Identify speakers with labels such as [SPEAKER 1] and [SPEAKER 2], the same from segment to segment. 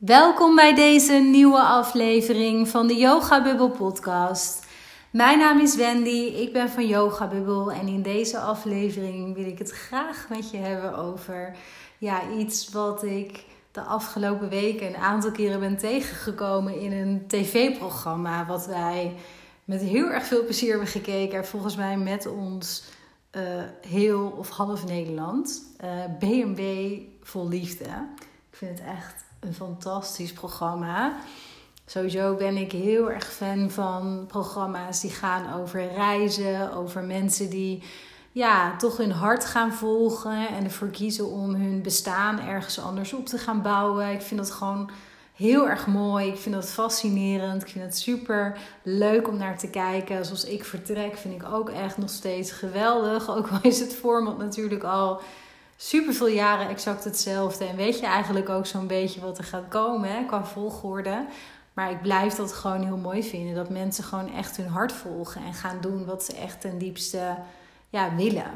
[SPEAKER 1] Welkom bij deze nieuwe aflevering van de Yoga Bubble podcast. Mijn naam is Wendy, ik ben van Yoga Bubble en in deze aflevering wil ik het graag met je hebben over iets wat ik de afgelopen weken een aantal keren ben tegengekomen in een tv-programma wat wij met heel erg veel plezier hebben gekeken. En volgens mij met ons heel of half Nederland. B&B Vol Liefde. Ik vind het echt een fantastisch programma. Sowieso ben ik heel erg fan van programma's die gaan over reizen, over mensen die toch hun hart gaan volgen en ervoor kiezen om hun bestaan ergens anders op te gaan bouwen. Ik vind dat gewoon heel erg mooi. Ik vind dat fascinerend. Ik vind het super leuk om naar te kijken. Zoals ik vertrek vind ik ook echt nog steeds geweldig. Ook al is het format natuurlijk al super veel jaren exact hetzelfde. En weet je eigenlijk ook zo'n beetje wat er gaat komen qua volgorde. Maar ik blijf dat gewoon heel mooi vinden. Dat mensen gewoon echt hun hart volgen. En gaan doen wat ze echt ten diepste willen.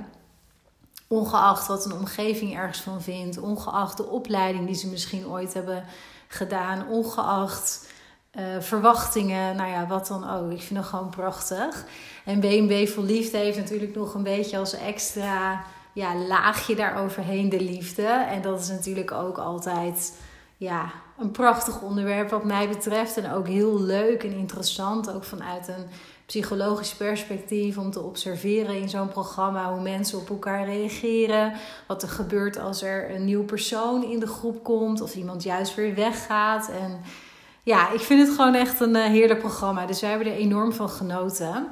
[SPEAKER 1] Ongeacht wat een omgeving ergens van vindt. Ongeacht de opleiding die ze misschien ooit hebben gedaan. Ongeacht verwachtingen. Wat dan ook. Ik vind dat gewoon prachtig. En B&B Vol Liefde heeft natuurlijk nog een beetje als extra laagje daaroverheen de liefde. En dat is natuurlijk ook altijd een prachtig onderwerp wat mij betreft. En ook heel leuk en interessant. Ook vanuit een psychologisch perspectief om te observeren in zo'n programma hoe mensen op elkaar reageren. Wat er gebeurt als er een nieuw persoon in de groep komt. Of iemand juist weer weggaat. En ik vind het gewoon echt een heerlijk programma. Dus wij hebben er enorm van genoten.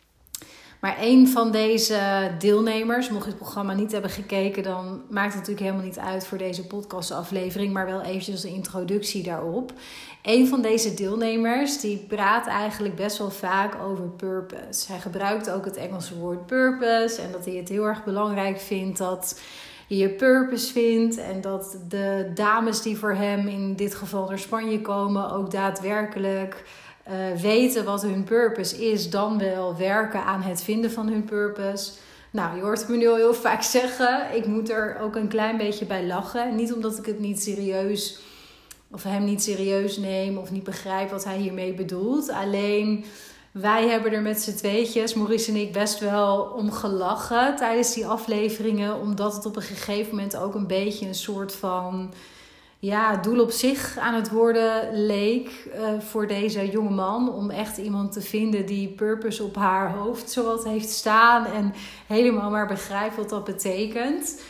[SPEAKER 1] Maar een van deze deelnemers, mocht je het programma niet hebben gekeken, dan maakt het natuurlijk helemaal niet uit voor deze podcastaflevering, maar wel eventjes een introductie daarop. Een van deze deelnemers, die praat eigenlijk best wel vaak over purpose. Hij gebruikt ook het Engelse woord purpose en dat hij het heel erg belangrijk vindt dat je je purpose vindt en dat de dames die voor hem in dit geval naar Spanje komen ook daadwerkelijk weten wat hun purpose is, dan wel werken aan het vinden van hun purpose. Nou, je hoort me nu al heel vaak zeggen. Ik moet er ook een klein beetje bij lachen. Niet omdat ik het niet serieus of hem niet serieus neem of niet begrijp wat hij hiermee bedoelt. Alleen wij hebben er met z'n tweetjes, Maurice en ik, best wel om gelachen tijdens die afleveringen. Omdat het op een gegeven moment ook een beetje een soort van doel op zich aan het worden leek voor deze jonge man. Om echt iemand te vinden die purpose op haar hoofd zowat heeft staan. En helemaal maar begrijpt wat dat betekent.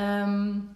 [SPEAKER 1] En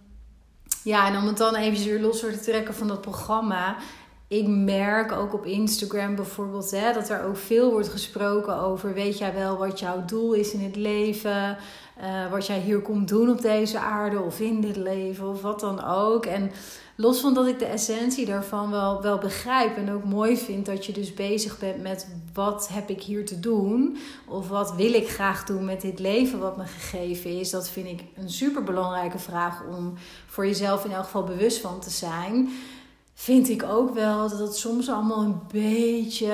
[SPEAKER 1] om het dan eventjes weer los te trekken van dat programma. Ik merk ook op Instagram bijvoorbeeld dat er ook veel wordt gesproken over: weet jij wel wat jouw doel is in het leven? Wat jij hier komt doen op deze aarde of in dit leven of wat dan ook. En los van dat ik de essentie daarvan wel begrijp en ook mooi vind dat je dus bezig bent met wat heb ik hier te doen? Of wat wil ik graag doen met dit leven wat me gegeven is? Dat vind ik een super belangrijke vraag om voor jezelf in elk geval bewust van te zijn. Vind ik ook wel dat het soms allemaal een beetje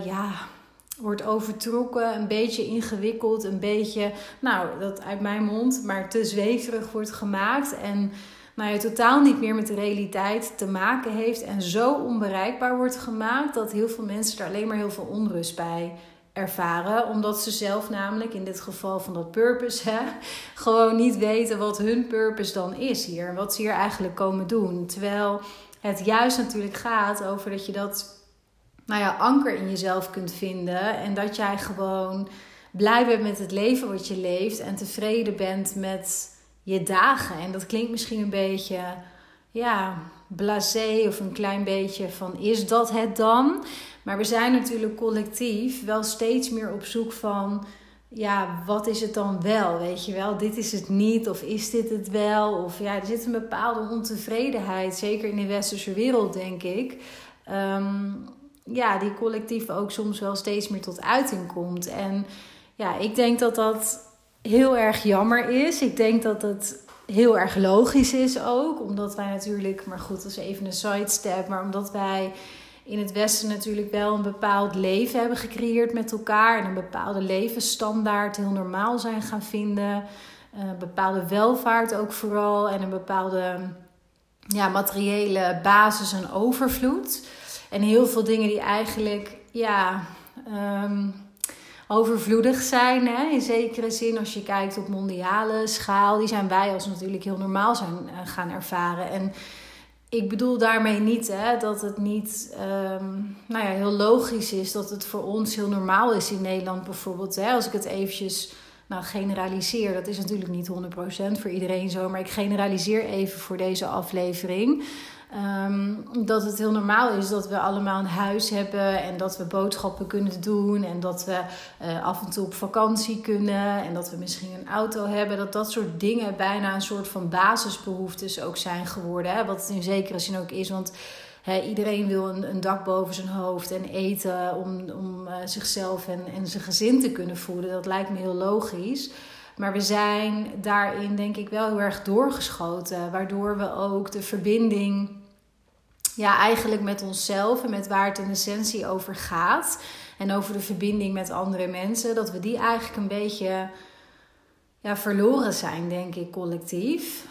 [SPEAKER 1] wordt overtrokken, een beetje ingewikkeld, een beetje, dat uit mijn mond, maar te zweverig wordt gemaakt en totaal niet meer met de realiteit te maken heeft en zo onbereikbaar wordt gemaakt dat heel veel mensen er alleen maar heel veel onrust bij ervaren. Omdat ze zelf namelijk, in dit geval van dat purpose, gewoon niet weten wat hun purpose dan is hier. Wat ze hier eigenlijk komen doen. Terwijl het juist natuurlijk gaat over dat je dat anker in jezelf kunt vinden. En dat jij gewoon blij bent met het leven wat je leeft. En tevreden bent met je dagen. En dat klinkt misschien een beetje blasé of een klein beetje van is dat het dan? Maar we zijn natuurlijk collectief wel steeds meer op zoek van wat is het dan wel? Weet je wel, dit is het niet of is dit het wel? Of er zit een bepaalde ontevredenheid, zeker in de westerse wereld denk ik. Die collectief ook soms wel steeds meer tot uiting komt. En ik denk dat dat heel erg jammer is. Ik denk dat het heel erg logisch is ook. Omdat wij natuurlijk, maar goed, dat is even een sidestep. Maar omdat wij in het Westen natuurlijk wel een bepaald leven hebben gecreëerd met elkaar. En een bepaalde levensstandaard heel normaal zijn gaan vinden. Een bepaalde welvaart ook vooral. En een bepaalde materiële basis en overvloed. En heel veel dingen die eigenlijk overvloedig zijn. Hè? In zekere zin, als je kijkt op mondiale schaal. Die zijn wij als natuurlijk heel normaal zijn gaan ervaren. En ik bedoel daarmee niet dat het niet heel logisch is. Dat het voor ons heel normaal is in Nederland bijvoorbeeld. Hè? Als ik het eventjes generaliseer. Dat is natuurlijk niet 100% voor iedereen zo. Maar ik generaliseer even voor deze aflevering. Dat het heel normaal is dat we allemaal een huis hebben en dat we boodschappen kunnen doen en dat we af en toe op vakantie kunnen en dat we misschien een auto hebben. Dat soort dingen bijna een soort van basisbehoeftes ook zijn geworden. Hè? Wat het in zekere zin ook is, want iedereen wil een dak boven zijn hoofd en eten om zichzelf en zijn gezin te kunnen voeden. Dat lijkt me heel logisch. Maar we zijn daarin denk ik wel heel erg doorgeschoten. Waardoor we ook de verbinding eigenlijk met onszelf en met waar het in essentie over gaat. En over de verbinding met andere mensen. Dat we die eigenlijk een beetje verloren zijn, denk ik, collectief.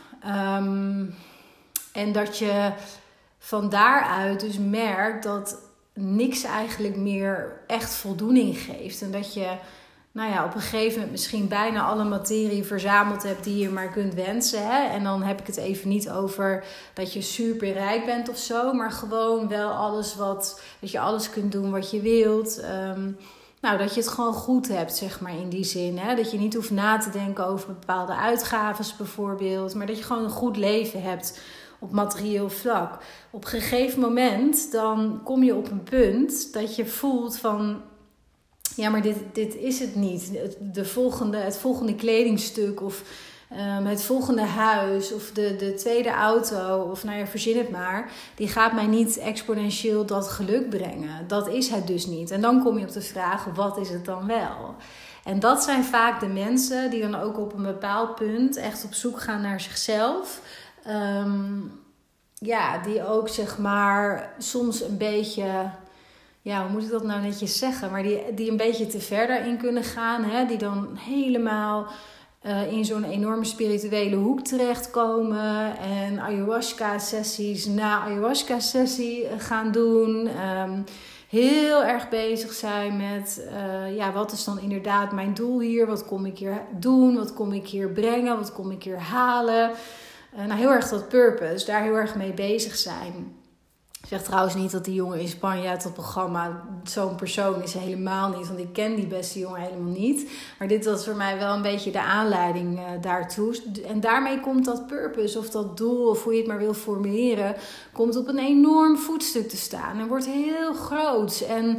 [SPEAKER 1] En dat je van daaruit dus merkt dat niks eigenlijk meer echt voldoening geeft. En dat je op een gegeven moment misschien bijna alle materie verzameld hebt die je maar kunt wensen. Hè? En dan heb ik het even niet over dat je super rijk bent of zo. Maar gewoon wel dat je alles kunt doen wat je wilt. Dat je het gewoon goed hebt, zeg maar, in die zin. Hè? Dat je niet hoeft na te denken over bepaalde uitgaves bijvoorbeeld. Maar dat je gewoon een goed leven hebt op materieel vlak. Op een gegeven moment dan kom je op een punt dat je voelt van... Ja, maar dit is het niet. Het volgende kledingstuk of het volgende huis of de tweede auto of verzin het maar. Die gaat mij niet exponentieel dat geluk brengen. Dat is het dus niet. En dan kom je op de vraag, wat is het dan wel? En dat zijn vaak de mensen die dan ook op een bepaald punt echt op zoek gaan naar zichzelf. Die ook zeg maar soms een beetje... Ja, hoe moet ik dat nou netjes zeggen? Maar die een beetje te ver daarin kunnen gaan. Hè? Die dan helemaal in zo'n enorme spirituele hoek terechtkomen. En ayahuasca-sessies na ayahuasca-sessie gaan doen. Heel erg bezig zijn met... wat is dan inderdaad mijn doel hier? Wat kom ik hier doen? Wat kom ik hier brengen? Wat kom ik hier halen? Heel erg dat purpose. Daar heel erg mee bezig zijn. Ik zeg trouwens niet dat die jongen in Spanje uit dat programma zo'n persoon is, helemaal niet. Want ik ken die beste jongen helemaal niet. Maar dit was voor mij wel een beetje de aanleiding daartoe. En daarmee komt dat purpose of dat doel, of hoe je het maar wil formuleren, komt op een enorm voetstuk te staan. En wordt heel groot. En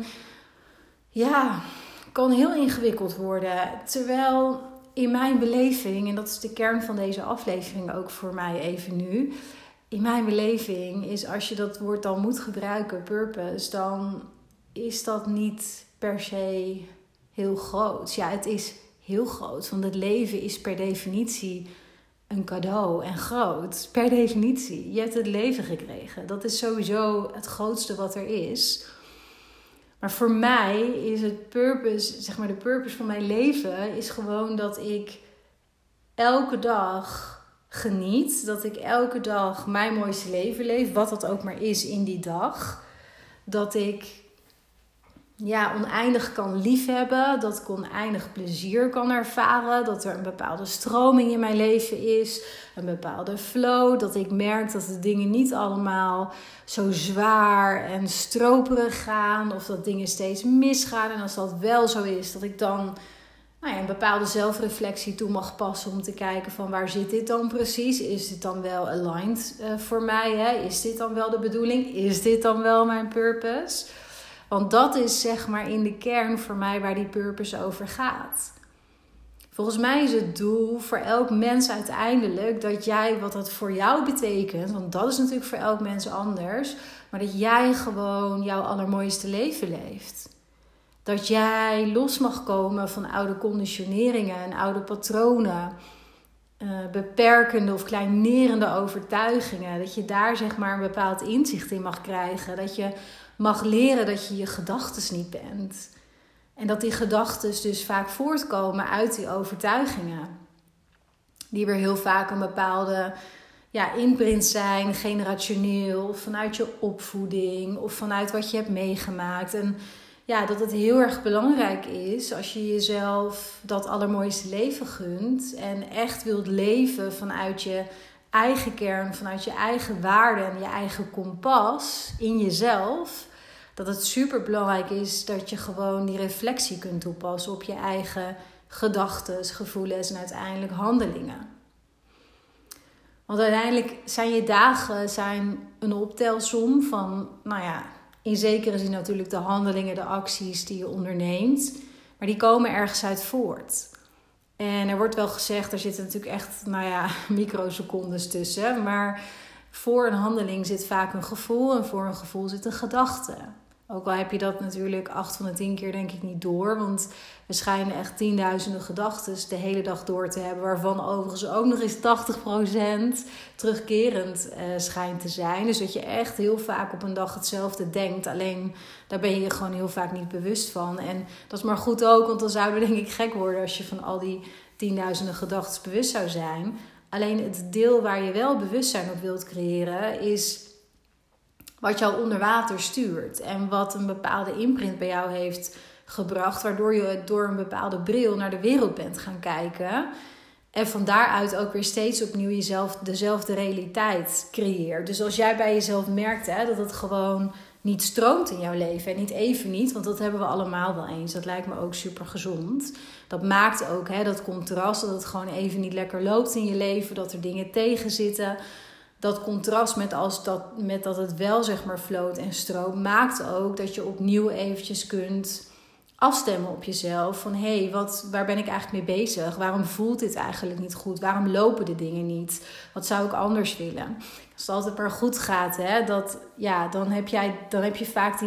[SPEAKER 1] kan heel ingewikkeld worden. Terwijl in mijn beleving, en dat is de kern van deze aflevering ook voor mij even nu... In mijn beleving is als je dat woord dan moet gebruiken, purpose, dan is dat niet per se heel groot. Ja, het is heel groot, want het leven is per definitie een cadeau en groot. Per definitie. Je hebt het leven gekregen. Dat is sowieso het grootste wat er is. Maar voor mij is het purpose, zeg maar de purpose van mijn leven, is gewoon dat ik elke dag geniet, dat ik elke dag mijn mooiste leven leef, wat dat ook maar is in die dag. Dat ik oneindig kan liefhebben, dat ik oneindig plezier kan ervaren, dat er een bepaalde stroming in mijn leven is, een bepaalde flow, dat ik merk dat de dingen niet allemaal zo zwaar en stroperig gaan, of dat dingen steeds misgaan. En als dat wel zo is, dat ik dan een bepaalde zelfreflectie toe mag passen om te kijken van waar zit dit dan precies? Is dit dan wel aligned voor mij? Hè? Is dit dan wel de bedoeling? Is dit dan wel mijn purpose? Want dat is zeg maar in de kern voor mij waar die purpose over gaat. Volgens mij is het doel voor elk mens uiteindelijk dat jij wat dat voor jou betekent, want dat is natuurlijk voor elk mens anders, maar dat jij gewoon jouw allermooiste leven leeft. Dat jij los mag komen van oude conditioneringen en oude patronen. Beperkende of kleinerende overtuigingen. Dat je daar zeg maar een bepaald inzicht in mag krijgen. Dat je mag leren dat je je gedachten niet bent. En dat die gedachten dus vaak voortkomen uit die overtuigingen. Die weer heel vaak een bepaalde imprint zijn, generationeel, of vanuit je opvoeding of vanuit wat je hebt meegemaakt. En dat het heel erg belangrijk is als je jezelf dat allermooiste leven gunt en echt wilt leven vanuit je eigen kern, vanuit je eigen waarden en je eigen kompas in jezelf, dat het super belangrijk is dat je gewoon die reflectie kunt toepassen op je eigen gedachten, gevoelens en uiteindelijk handelingen. Want uiteindelijk zijn je dagen een optelsom van, in zekere zin natuurlijk de handelingen, de acties die je onderneemt. Maar die komen ergens uit voort. En er wordt wel gezegd, er zitten natuurlijk echt, microsecondes tussen. Maar voor een handeling zit vaak een gevoel en voor een gevoel zit een gedachte. Ook al heb je dat natuurlijk 8 van de 10 keer denk ik niet door. Want we schijnen echt tienduizenden gedachten de hele dag door te hebben. Waarvan overigens ook nog eens 80% terugkerend schijnt te zijn. Dus dat je echt heel vaak op een dag hetzelfde denkt. Alleen daar ben je je gewoon heel vaak niet bewust van. En dat is maar goed ook, want dan zouden we denk ik gek worden als je van al die tienduizenden gedachten bewust zou zijn. Alleen het deel waar je wel bewustzijn op wilt creëren is wat jou onder water stuurt en wat een bepaalde imprint bij jou heeft gebracht, waardoor je door een bepaalde bril naar de wereld bent gaan kijken en van daaruit ook weer steeds opnieuw jezelf dezelfde realiteit creëert. Dus als jij bij jezelf merkt dat het gewoon niet stroomt in jouw leven en niet even niet, want dat hebben we allemaal wel eens, dat lijkt me ook super gezond. Dat maakt ook dat contrast, dat het gewoon even niet lekker loopt in je leven, dat er dingen tegen zitten. Dat contrast met dat het wel floot en stroomt, maakt ook dat je opnieuw eventjes kunt afstemmen op jezelf. Van waar ben ik eigenlijk mee bezig? Waarom voelt dit eigenlijk niet goed? Waarom lopen de dingen niet? Wat zou ik anders willen? Als het altijd maar goed gaat, dan heb je vaak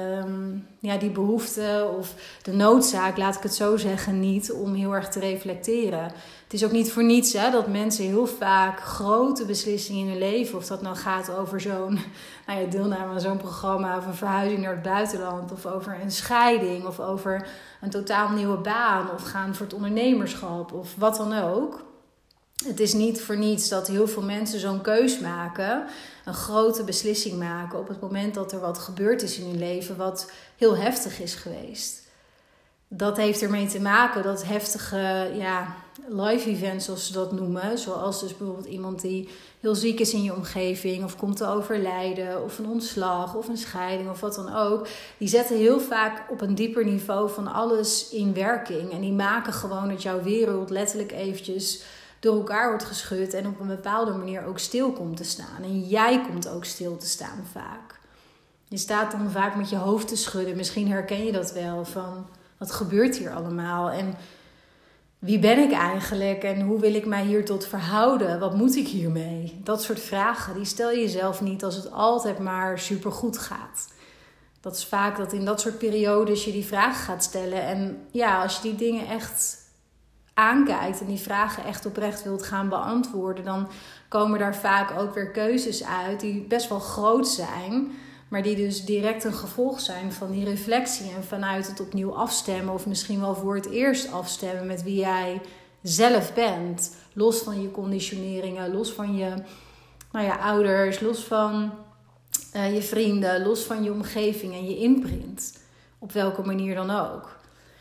[SPEAKER 1] die behoefte of de noodzaak, laat ik het zo zeggen, niet om heel erg te reflecteren. Het is ook niet voor niets dat mensen heel vaak grote beslissingen in hun leven, of dat nou gaat over zo'n deelname aan zo'n programma, of een verhuizing naar het buitenland, of over een scheiding, of over een totaal nieuwe baan, of gaan voor het ondernemerschap, of wat dan ook. Het is niet voor niets dat heel veel mensen zo'n keus maken, een grote beslissing maken op het moment dat er wat gebeurd is in hun leven wat heel heftig is geweest. Dat heeft ermee te maken dat heftige life events, zoals ze dat noemen, zoals dus bijvoorbeeld iemand die heel ziek is in je omgeving of komt te overlijden of een ontslag of een scheiding of wat dan ook, die zetten heel vaak op een dieper niveau van alles in werking en die maken gewoon dat jouw wereld letterlijk eventjes door elkaar wordt geschud en op een bepaalde manier ook stil komt te staan. En jij komt ook stil te staan vaak. Je staat dan vaak met je hoofd te schudden. Misschien herken je dat wel van wat gebeurt hier allemaal? En wie ben ik eigenlijk? En hoe wil ik mij hier tot verhouden? Wat moet ik hiermee? Dat soort vragen, die stel je jezelf niet als het altijd maar supergoed gaat. Dat is vaak dat in dat soort periodes je die vragen gaat stellen. En als je die dingen echt aankijkt en die vragen echt oprecht wilt gaan beantwoorden, dan komen daar vaak ook weer keuzes uit die best wel groot zijn, maar die dus direct een gevolg zijn van die reflectie en vanuit het opnieuw afstemmen of misschien wel voor het eerst afstemmen met wie jij zelf bent. Los van je conditioneringen, los van je ouders, los van je vrienden, los van je omgeving en je imprint. Op welke manier dan ook.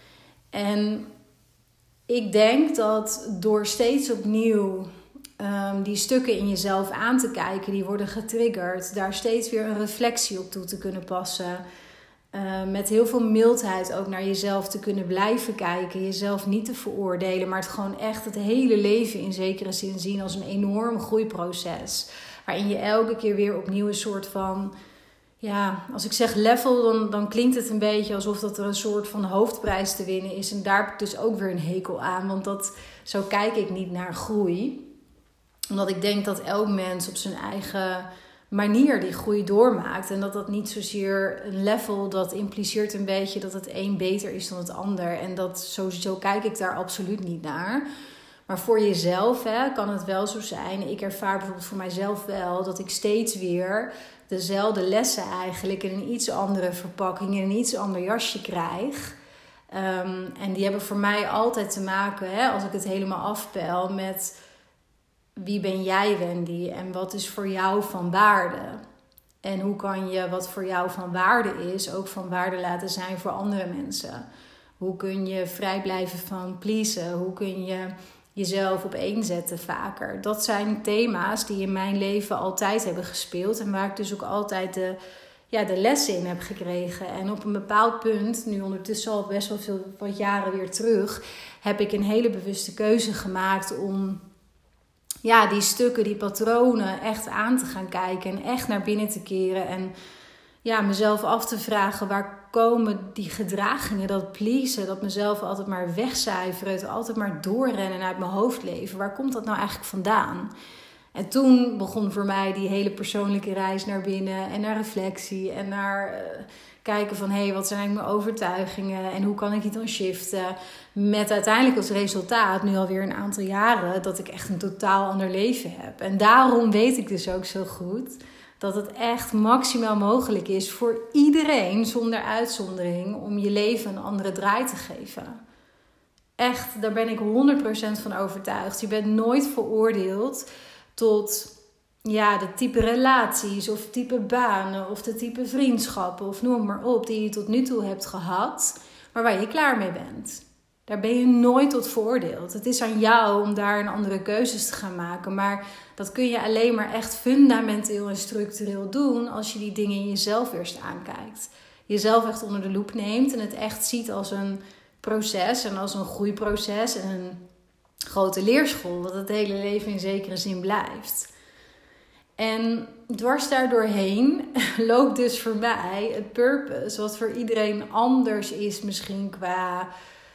[SPEAKER 1] En ik denk dat door steeds opnieuw die stukken in jezelf aan te kijken, die worden getriggerd, daar steeds weer een reflectie op toe te kunnen passen. Met heel veel mildheid ook naar jezelf te kunnen blijven kijken. Jezelf niet te veroordelen, maar het gewoon echt het hele leven in zekere zin zien als een enorm groeiproces. Waarin je elke keer weer opnieuw een soort van, als ik zeg level, dan klinkt het een beetje alsof dat er een soort van hoofdprijs te winnen is. En daar heb ik dus ook weer een hekel aan, want zo kijk ik niet naar groei. Omdat ik denk dat elk mens op zijn eigen manier die groei doormaakt. En dat niet zozeer een level, dat impliceert een beetje dat het een beter is dan het ander. En zo kijk ik daar absoluut niet naar. Maar voor jezelf kan het wel zo zijn. Ik ervaar bijvoorbeeld voor mijzelf wel dat ik steeds weer dezelfde lessen eigenlijk in een iets andere verpakking, in een iets ander jasje krijg. En die hebben voor mij altijd te maken, als ik het helemaal afpeil, met wie ben jij, Wendy? En wat is voor jou van waarde? En hoe kan je wat voor jou van waarde is, ook van waarde laten zijn voor andere mensen? Hoe kun je vrij blijven van pleasen? Hoe kun je jezelf opeenzetten vaker? Dat zijn thema's die in mijn leven altijd hebben gespeeld. En waar ik dus ook altijd de lessen in heb gekregen. En op een bepaald punt, nu ondertussen al best wel wat jaren weer terug, heb ik een hele bewuste keuze gemaakt om die stukken, die patronen echt aan te gaan kijken. En echt naar binnen te keren. En mezelf af te vragen, waar komen die gedragingen, dat pleasen, dat mezelf altijd maar wegcijferen, het altijd maar doorrennen uit mijn hoofd leven. Waar komt dat nou eigenlijk vandaan? En toen begon voor mij die hele persoonlijke reis naar binnen en naar reflectie en naar kijken van wat zijn eigenlijk mijn overtuigingen en hoe kan ik die dan shiften. Met uiteindelijk als resultaat, nu alweer een aantal jaren, dat ik echt een totaal ander leven heb. En daarom weet ik dus ook zo goed dat het echt maximaal mogelijk is voor iedereen, zonder uitzondering, om je leven een andere draai te geven. Echt, daar ben ik 100% van overtuigd. Je bent nooit veroordeeld tot de type relaties of type banen of de type vriendschappen of noem maar op die je tot nu toe hebt gehad, maar waar je klaar mee bent. Daar ben je nooit tot veroordeeld. Het is aan jou om daar een andere keuzes te gaan maken. Maar dat kun je alleen maar echt fundamenteel en structureel doen als je die dingen in jezelf eerst aankijkt. Jezelf echt onder de loep neemt en het echt ziet als een proces en als een groeiproces en een grote leerschool. Dat het hele leven in zekere zin blijft. En dwars daardoorheen loopt dus voor mij het purpose, wat voor iedereen anders is misschien qua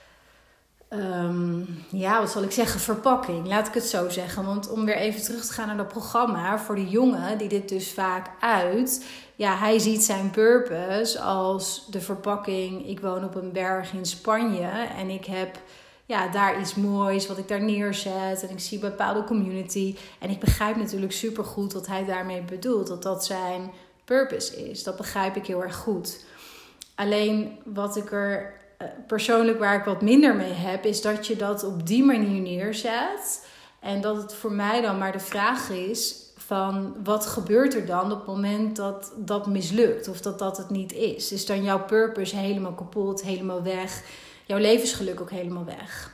[SPEAKER 1] wat zal ik zeggen, verpakking. Laat ik het zo zeggen. Want om weer even terug te gaan naar dat programma, voor de jongen die dit dus vaak uit. Hij ziet zijn purpose als de verpakking. Ik woon op een berg in Spanje en ik heb daar iets moois wat ik daar neerzet. En ik zie een bepaalde community. En ik begrijp natuurlijk supergoed wat hij daarmee bedoelt. Dat zijn purpose is. Dat begrijp ik heel erg goed. Alleen wat ik er persoonlijk waar ik wat minder mee heb, is dat je dat op die manier neerzet. En dat het voor mij dan maar de vraag is van wat gebeurt er dan op het moment dat dat mislukt of dat het niet is. Is dan jouw purpose helemaal kapot, helemaal weg, jouw levensgeluk ook helemaal weg?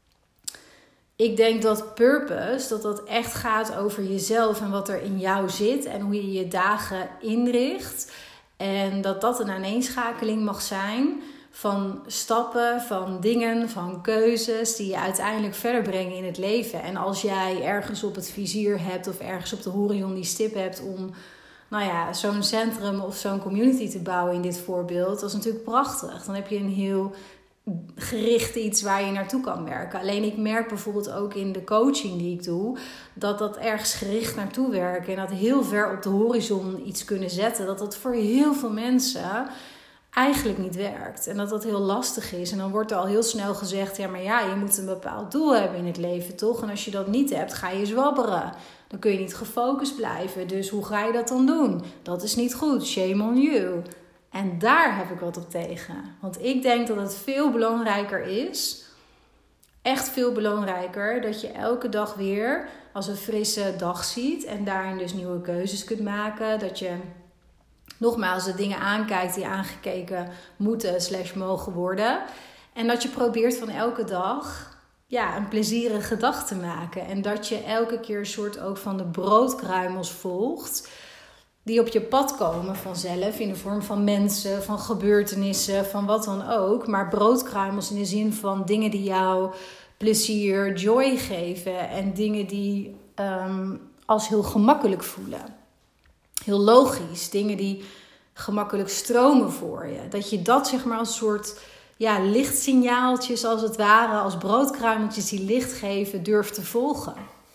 [SPEAKER 1] Ik denk dat purpose, dat echt gaat over jezelf en wat er in jou zit en hoe je je dagen inricht. En dat een aaneenschakeling mag zijn van stappen, van dingen, van keuzes die je uiteindelijk verder brengen in het leven. En als jij ergens op het vizier hebt of ergens op de horizon die stip hebt om zo'n centrum of zo'n community te bouwen in dit voorbeeld, dat is natuurlijk prachtig. Dan heb je een heel gericht iets waar je naartoe kan werken. Alleen ik merk bijvoorbeeld ook in de coaching die ik doe, dat ergens gericht naartoe werken en dat heel ver op de horizon iets kunnen zetten, dat voor heel veel mensen eigenlijk niet werkt. En dat heel lastig is. En dan wordt er al heel snel gezegd, je moet een bepaald doel hebben in het leven, toch? En als je dat niet hebt, ga je zwabberen. Dan kun je niet gefocust blijven. Dus hoe ga je dat dan doen? Dat is niet goed. Shame on you. En daar heb ik wat op tegen. Want ik denk dat het veel belangrijker is, echt veel belangrijker, dat je elke dag weer als een frisse dag ziet en daarin dus nieuwe keuzes kunt maken. Dat je nogmaals de dingen aankijkt die aangekeken moeten / mogen worden. En dat je probeert van elke dag een plezierige dag te maken. En dat je elke keer een soort ook van de broodkruimels volgt die op je pad komen vanzelf in de vorm van mensen, van gebeurtenissen, van wat dan ook. Maar broodkruimels in de zin van dingen die jou plezier, joy geven en dingen die als heel gemakkelijk voelen. Heel logisch, dingen die gemakkelijk stromen voor je. Dat je dat als soort lichtsignaaltjes als het ware, als broodkruimeltjes die licht geven, durft te volgen.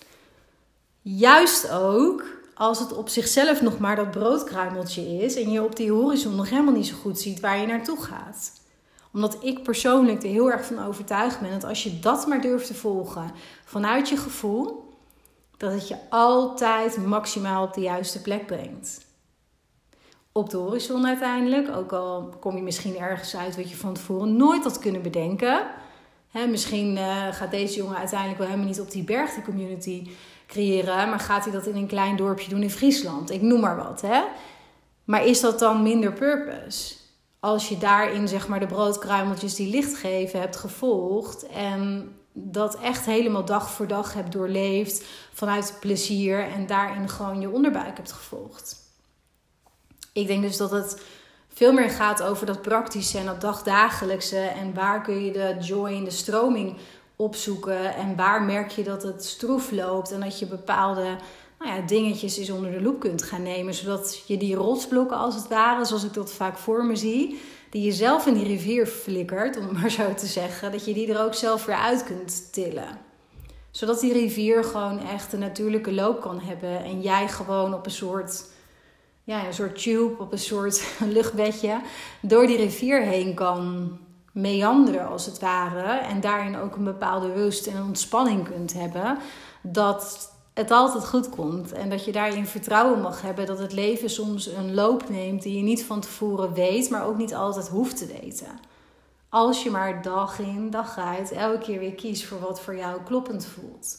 [SPEAKER 1] Juist ook als het op zichzelf nog maar dat broodkruimeltje is en je op die horizon nog helemaal niet zo goed ziet waar je naartoe gaat. Omdat ik persoonlijk er heel erg van overtuigd ben dat als je dat maar durft te volgen vanuit je gevoel, dat het je altijd maximaal op de juiste plek brengt. Op de horizon uiteindelijk, ook al kom je misschien ergens uit wat je van tevoren nooit had kunnen bedenken. Misschien gaat deze jongen uiteindelijk wel helemaal niet op die berg, die community, creëren. Maar gaat hij dat in een klein dorpje doen in Friesland? Ik noem maar wat, hè. Maar is dat dan minder purpose? Als je daarin zeg maar de broodkruimeltjes die licht geven hebt gevolgd. En dat echt helemaal dag voor dag hebt doorleefd vanuit plezier. En daarin gewoon je onderbuik hebt gevolgd. Ik denk dus dat het veel meer gaat over dat praktische en dat dagdagelijkse. En waar kun je de joy in de stroming opzoeken. En waar merk je dat het stroef loopt. En dat je bepaalde dingetjes eens onder de loep kunt gaan nemen. Zodat je die rotsblokken als het ware, zoals ik dat vaak voor me zie. Die je zelf in die rivier flikkert, om het maar zo te zeggen. Dat je die er ook zelf weer uit kunt tillen. Zodat die rivier gewoon echt een natuurlijke loop kan hebben. En jij gewoon op een soort tube, op een soort luchtbedje, door die rivier heen kan meanderen als het ware. En daarin ook een bepaalde rust en ontspanning kunt hebben. Dat het altijd goed komt. En dat je daarin vertrouwen mag hebben dat het leven soms een loop neemt die je niet van tevoren weet, maar ook niet altijd hoeft te weten. Als je maar dag in, dag uit, elke keer weer kiest voor wat voor jou kloppend voelt.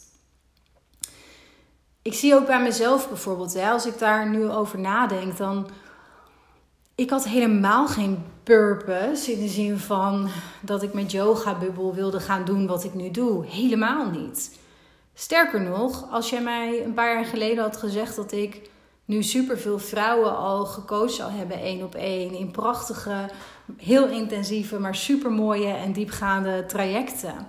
[SPEAKER 1] Ik zie ook bij mezelf bijvoorbeeld, als ik daar nu over nadenk, dan... Ik had helemaal geen purpose in de zin van dat ik met Yoga Bubble wilde gaan doen wat ik nu doe. Helemaal niet. Sterker nog, als jij mij een paar jaar geleden had gezegd dat ik nu superveel vrouwen al gecoacht zou hebben 1-op-1 in prachtige, heel intensieve, maar supermooie en diepgaande trajecten.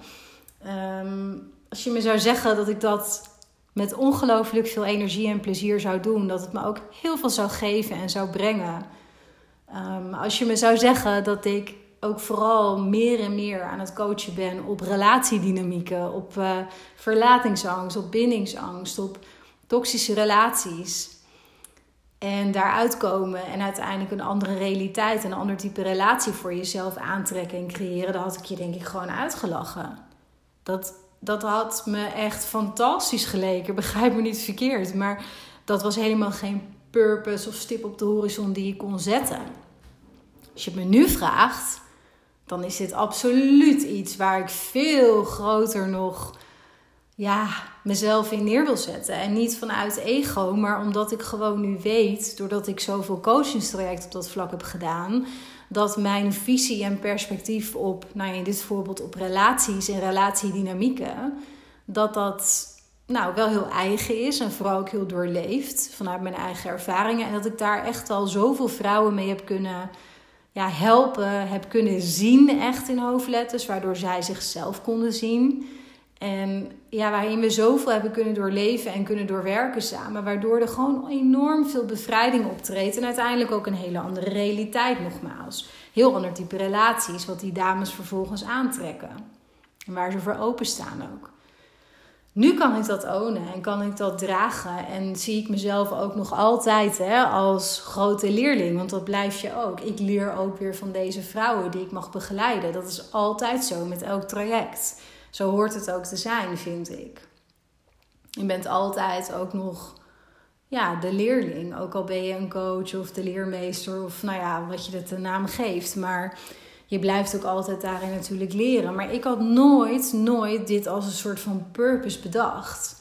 [SPEAKER 1] Als je me zou zeggen dat ik dat met ongelooflijk veel energie en plezier zou doen, dat het me ook heel veel zou geven en zou brengen. Als je me zou zeggen dat ik ook vooral meer en meer aan het coachen ben op relatiedynamieken, op verlatingsangst, op bindingsangst, op toxische relaties. En daaruit komen en uiteindelijk een andere realiteit, een ander type relatie voor jezelf aantrekken en creëren, dan had ik je denk ik gewoon uitgelachen. Dat had me echt fantastisch geleken, begrijp me niet verkeerd. Maar dat was helemaal geen purpose of stip op de horizon die je kon zetten. Als je het me nu vraagt, dan is dit absoluut iets waar ik veel groter nog mezelf in neer wil zetten. En niet vanuit ego, maar omdat ik gewoon nu weet, doordat ik zoveel coachingstrajecten op dat vlak heb gedaan, dat mijn visie en perspectief op, in dit voorbeeld op relaties en relatiedynamieken, dat wel heel eigen is en vooral ook heel doorleefd vanuit mijn eigen ervaringen. En dat ik daar echt al zoveel vrouwen mee heb kunnen helpen, heb kunnen zien echt in hoofdletters, waardoor zij zichzelf konden zien. En waarin we zoveel hebben kunnen doorleven en kunnen doorwerken samen, waardoor er gewoon enorm veel bevrijding optreedt en uiteindelijk ook een hele andere realiteit nogmaals. Heel ander type relaties, wat die dames vervolgens aantrekken. En waar ze voor openstaan ook. Nu kan ik dat ownen en kan ik dat dragen en zie ik mezelf ook nog altijd als grote leerling. Want dat blijf je ook. Ik leer ook weer van deze vrouwen die ik mag begeleiden. Dat is altijd zo met elk traject. Zo hoort het ook te zijn, vind ik. Je bent altijd ook nog de leerling. Ook al ben je een coach of de leermeester of wat je het de naam geeft. Maar je blijft ook altijd daarin natuurlijk leren. Maar ik had nooit dit als een soort van purpose bedacht.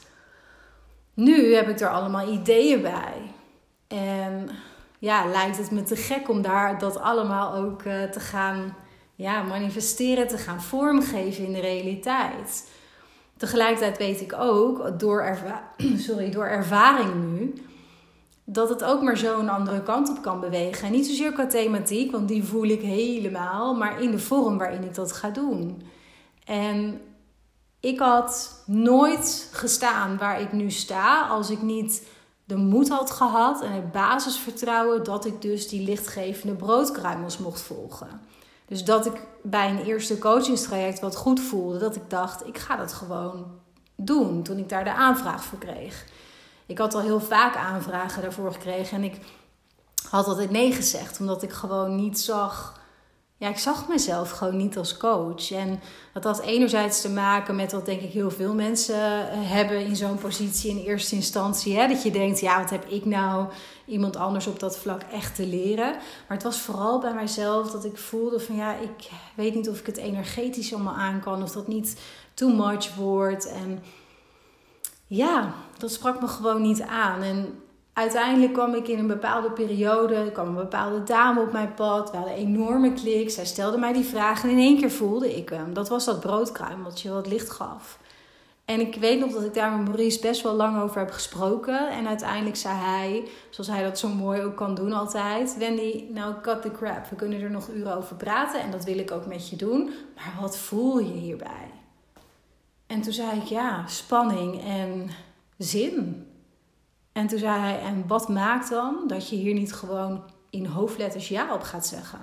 [SPEAKER 1] Nu heb ik er allemaal ideeën bij. En lijkt het me te gek om dat allemaal ook te gaan manifesteren, te gaan vormgeven in de realiteit. Tegelijkertijd weet ik ook, door ervaring nu, dat het ook maar zo een andere kant op kan bewegen. En niet zozeer qua thematiek, want die voel ik helemaal, maar in de vorm waarin ik dat ga doen. En ik had nooit gestaan waar ik nu sta als ik niet de moed had gehad en het basisvertrouwen dat ik dus die lichtgevende broodkruimels mocht volgen. Dus dat ik bij een eerste coachingstraject wat goed voelde, dat ik dacht, ik ga dat gewoon doen toen ik daar de aanvraag voor kreeg. Ik had al heel vaak aanvragen daarvoor gekregen en ik had altijd nee gezegd, omdat ik gewoon niet zag. Ik zag mezelf gewoon niet als coach. En dat had enerzijds te maken met wat denk ik heel veel mensen hebben in zo'n positie in eerste instantie. Dat je denkt, wat heb ik nou iemand anders op dat vlak echt te leren. Maar het was vooral bij mijzelf dat ik voelde van ik weet niet of ik het energetisch allemaal aan kan. Of dat niet too much wordt. En ja, dat sprak me gewoon niet aan. En uiteindelijk kwam ik in een bepaalde periode, kwam een bepaalde dame op mijn pad. We hadden een enorme klik. Zij stelde mij die vraag en in één keer voelde ik hem. Dat was dat broodkruimeltje wat licht gaf. En ik weet nog dat ik daar met Maurice best wel lang over heb gesproken. En uiteindelijk zei hij, zoals hij dat zo mooi ook kan doen altijd: Wendy, nou cut the crap. We kunnen er nog uren over praten en dat wil ik ook met je doen. Maar wat voel je hierbij? En toen zei ik, ja, spanning en zin. En toen zei hij, en wat maakt dan dat je hier niet gewoon in hoofdletters ja op gaat zeggen?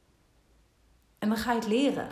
[SPEAKER 1] En dan ga je het leren.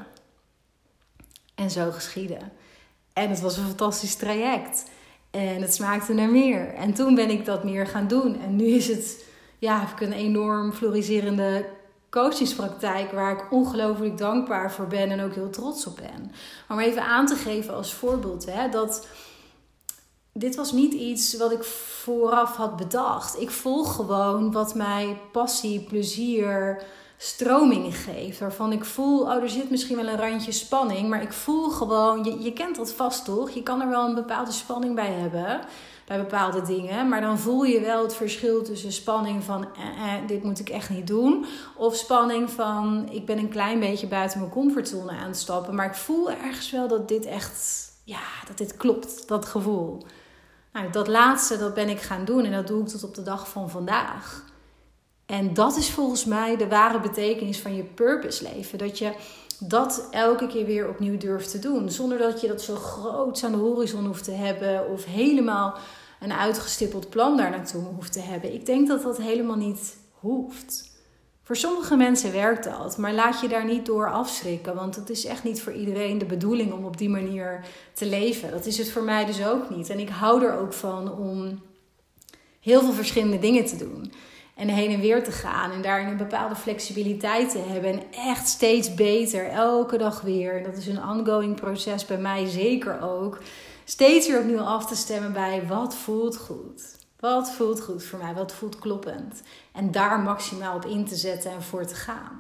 [SPEAKER 1] En zo geschiedde. En het was een fantastisch traject. En het smaakte naar meer. En toen ben ik dat meer gaan doen. En nu is het, heb ik een enorm floriserende coachingspraktijk waar ik ongelooflijk dankbaar voor ben en ook heel trots op ben. Maar om even aan te geven als voorbeeld, dat dit was niet iets wat ik vooraf had bedacht. Ik volg gewoon wat mij passie, plezier, stroming geeft. Waarvan ik voel, er zit misschien wel een randje spanning. Maar ik voel gewoon, je kent dat vast toch? Je kan er wel een bepaalde spanning bij hebben. Bij bepaalde dingen. Maar dan voel je wel het verschil tussen spanning van dit moet ik echt niet doen. Of spanning van ik ben een klein beetje buiten mijn comfortzone aan het stappen. Maar ik voel ergens wel dat dit echt, dat dit klopt. Dat gevoel. Nou, dat laatste, dat ben ik gaan doen. En dat doe ik tot op de dag van vandaag. En dat is volgens mij de ware betekenis van je purpose leven. Dat je dat elke keer weer opnieuw durft te doen. Zonder dat je dat zo groot aan de horizon hoeft te hebben. Of helemaal een uitgestippeld plan daar naartoe hoeft te hebben. Ik denk dat dat helemaal niet hoeft. Voor sommige mensen werkt dat. Maar laat je daar niet door afschrikken. Want het is echt niet voor iedereen de bedoeling om op die manier te leven. Dat is het voor mij dus ook niet. En ik hou er ook van om heel veel verschillende dingen te doen. En heen en weer te gaan. En daarin een bepaalde flexibiliteit te hebben. En echt steeds beter. Elke dag weer. En dat is een ongoing proces bij mij zeker ook. Steeds weer opnieuw af te stemmen bij wat voelt goed. Wat voelt goed voor mij? Wat voelt kloppend? En daar maximaal op in te zetten en voor te gaan.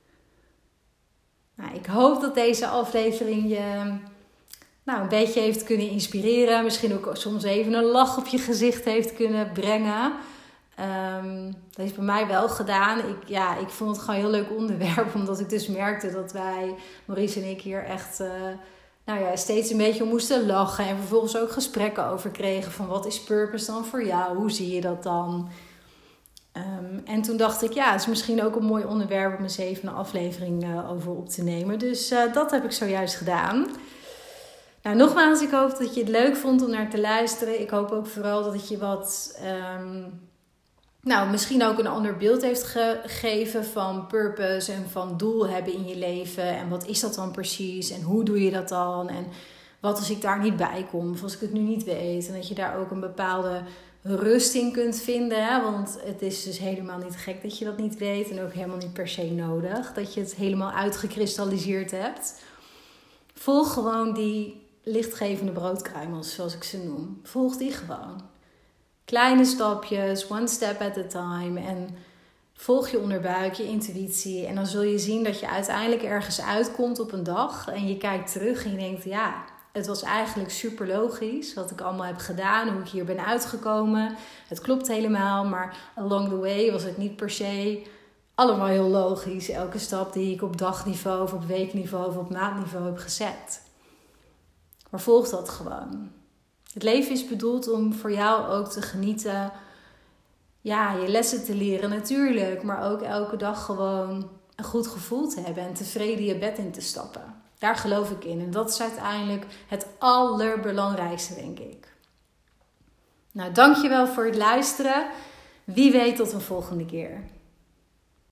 [SPEAKER 1] Nou, ik hoop dat deze aflevering je een beetje heeft kunnen inspireren. Misschien ook soms even een lach op je gezicht heeft kunnen brengen. Dat heeft bij mij wel gedaan. Ik vond het gewoon een heel leuk onderwerp. Omdat ik dus merkte dat wij, Maurice en ik, hier echt steeds een beetje om moesten lachen. En vervolgens ook gesprekken over kregen. Van wat is purpose dan voor jou? Hoe zie je dat dan? En toen dacht ik, het is misschien ook een mooi onderwerp om eens even een aflevering over op te nemen. Dus dat heb ik zojuist gedaan. Nou, nogmaals, ik hoop dat je het leuk vond om naar te luisteren. Ik hoop ook vooral dat het je wat misschien ook een ander beeld heeft gegeven van purpose en van doel hebben in je leven. En wat is dat dan precies? En hoe doe je dat dan? En wat als ik daar niet bij kom? Of als ik het nu niet weet? En dat je daar ook een bepaalde rust in kunt vinden. Hè? Want het is dus helemaal niet gek dat je dat niet weet. En ook helemaal niet per se nodig. Dat je het helemaal uitgekristalliseerd hebt. Volg gewoon die lichtgevende broodkruimels, zoals ik ze noem. Volg die gewoon. Kleine stapjes, one step at a time. En volg je onderbuik, je intuïtie. En dan zul je zien dat je uiteindelijk ergens uitkomt op een dag. En je kijkt terug en je denkt, het was eigenlijk super logisch wat ik allemaal heb gedaan. Hoe ik hier ben uitgekomen. Het klopt helemaal. Maar along the way was het niet per se allemaal heel logisch. Elke stap die ik op dagniveau of op weekniveau of op maandniveau heb gezet. Maar volg dat gewoon. Het leven is bedoeld om voor jou ook te genieten. Je lessen te leren natuurlijk. Maar ook elke dag gewoon een goed gevoel te hebben. En tevreden je bed in te stappen. Daar geloof ik in. En dat is uiteindelijk het allerbelangrijkste, denk ik. Nou, dankjewel voor het luisteren. Wie weet tot een volgende keer.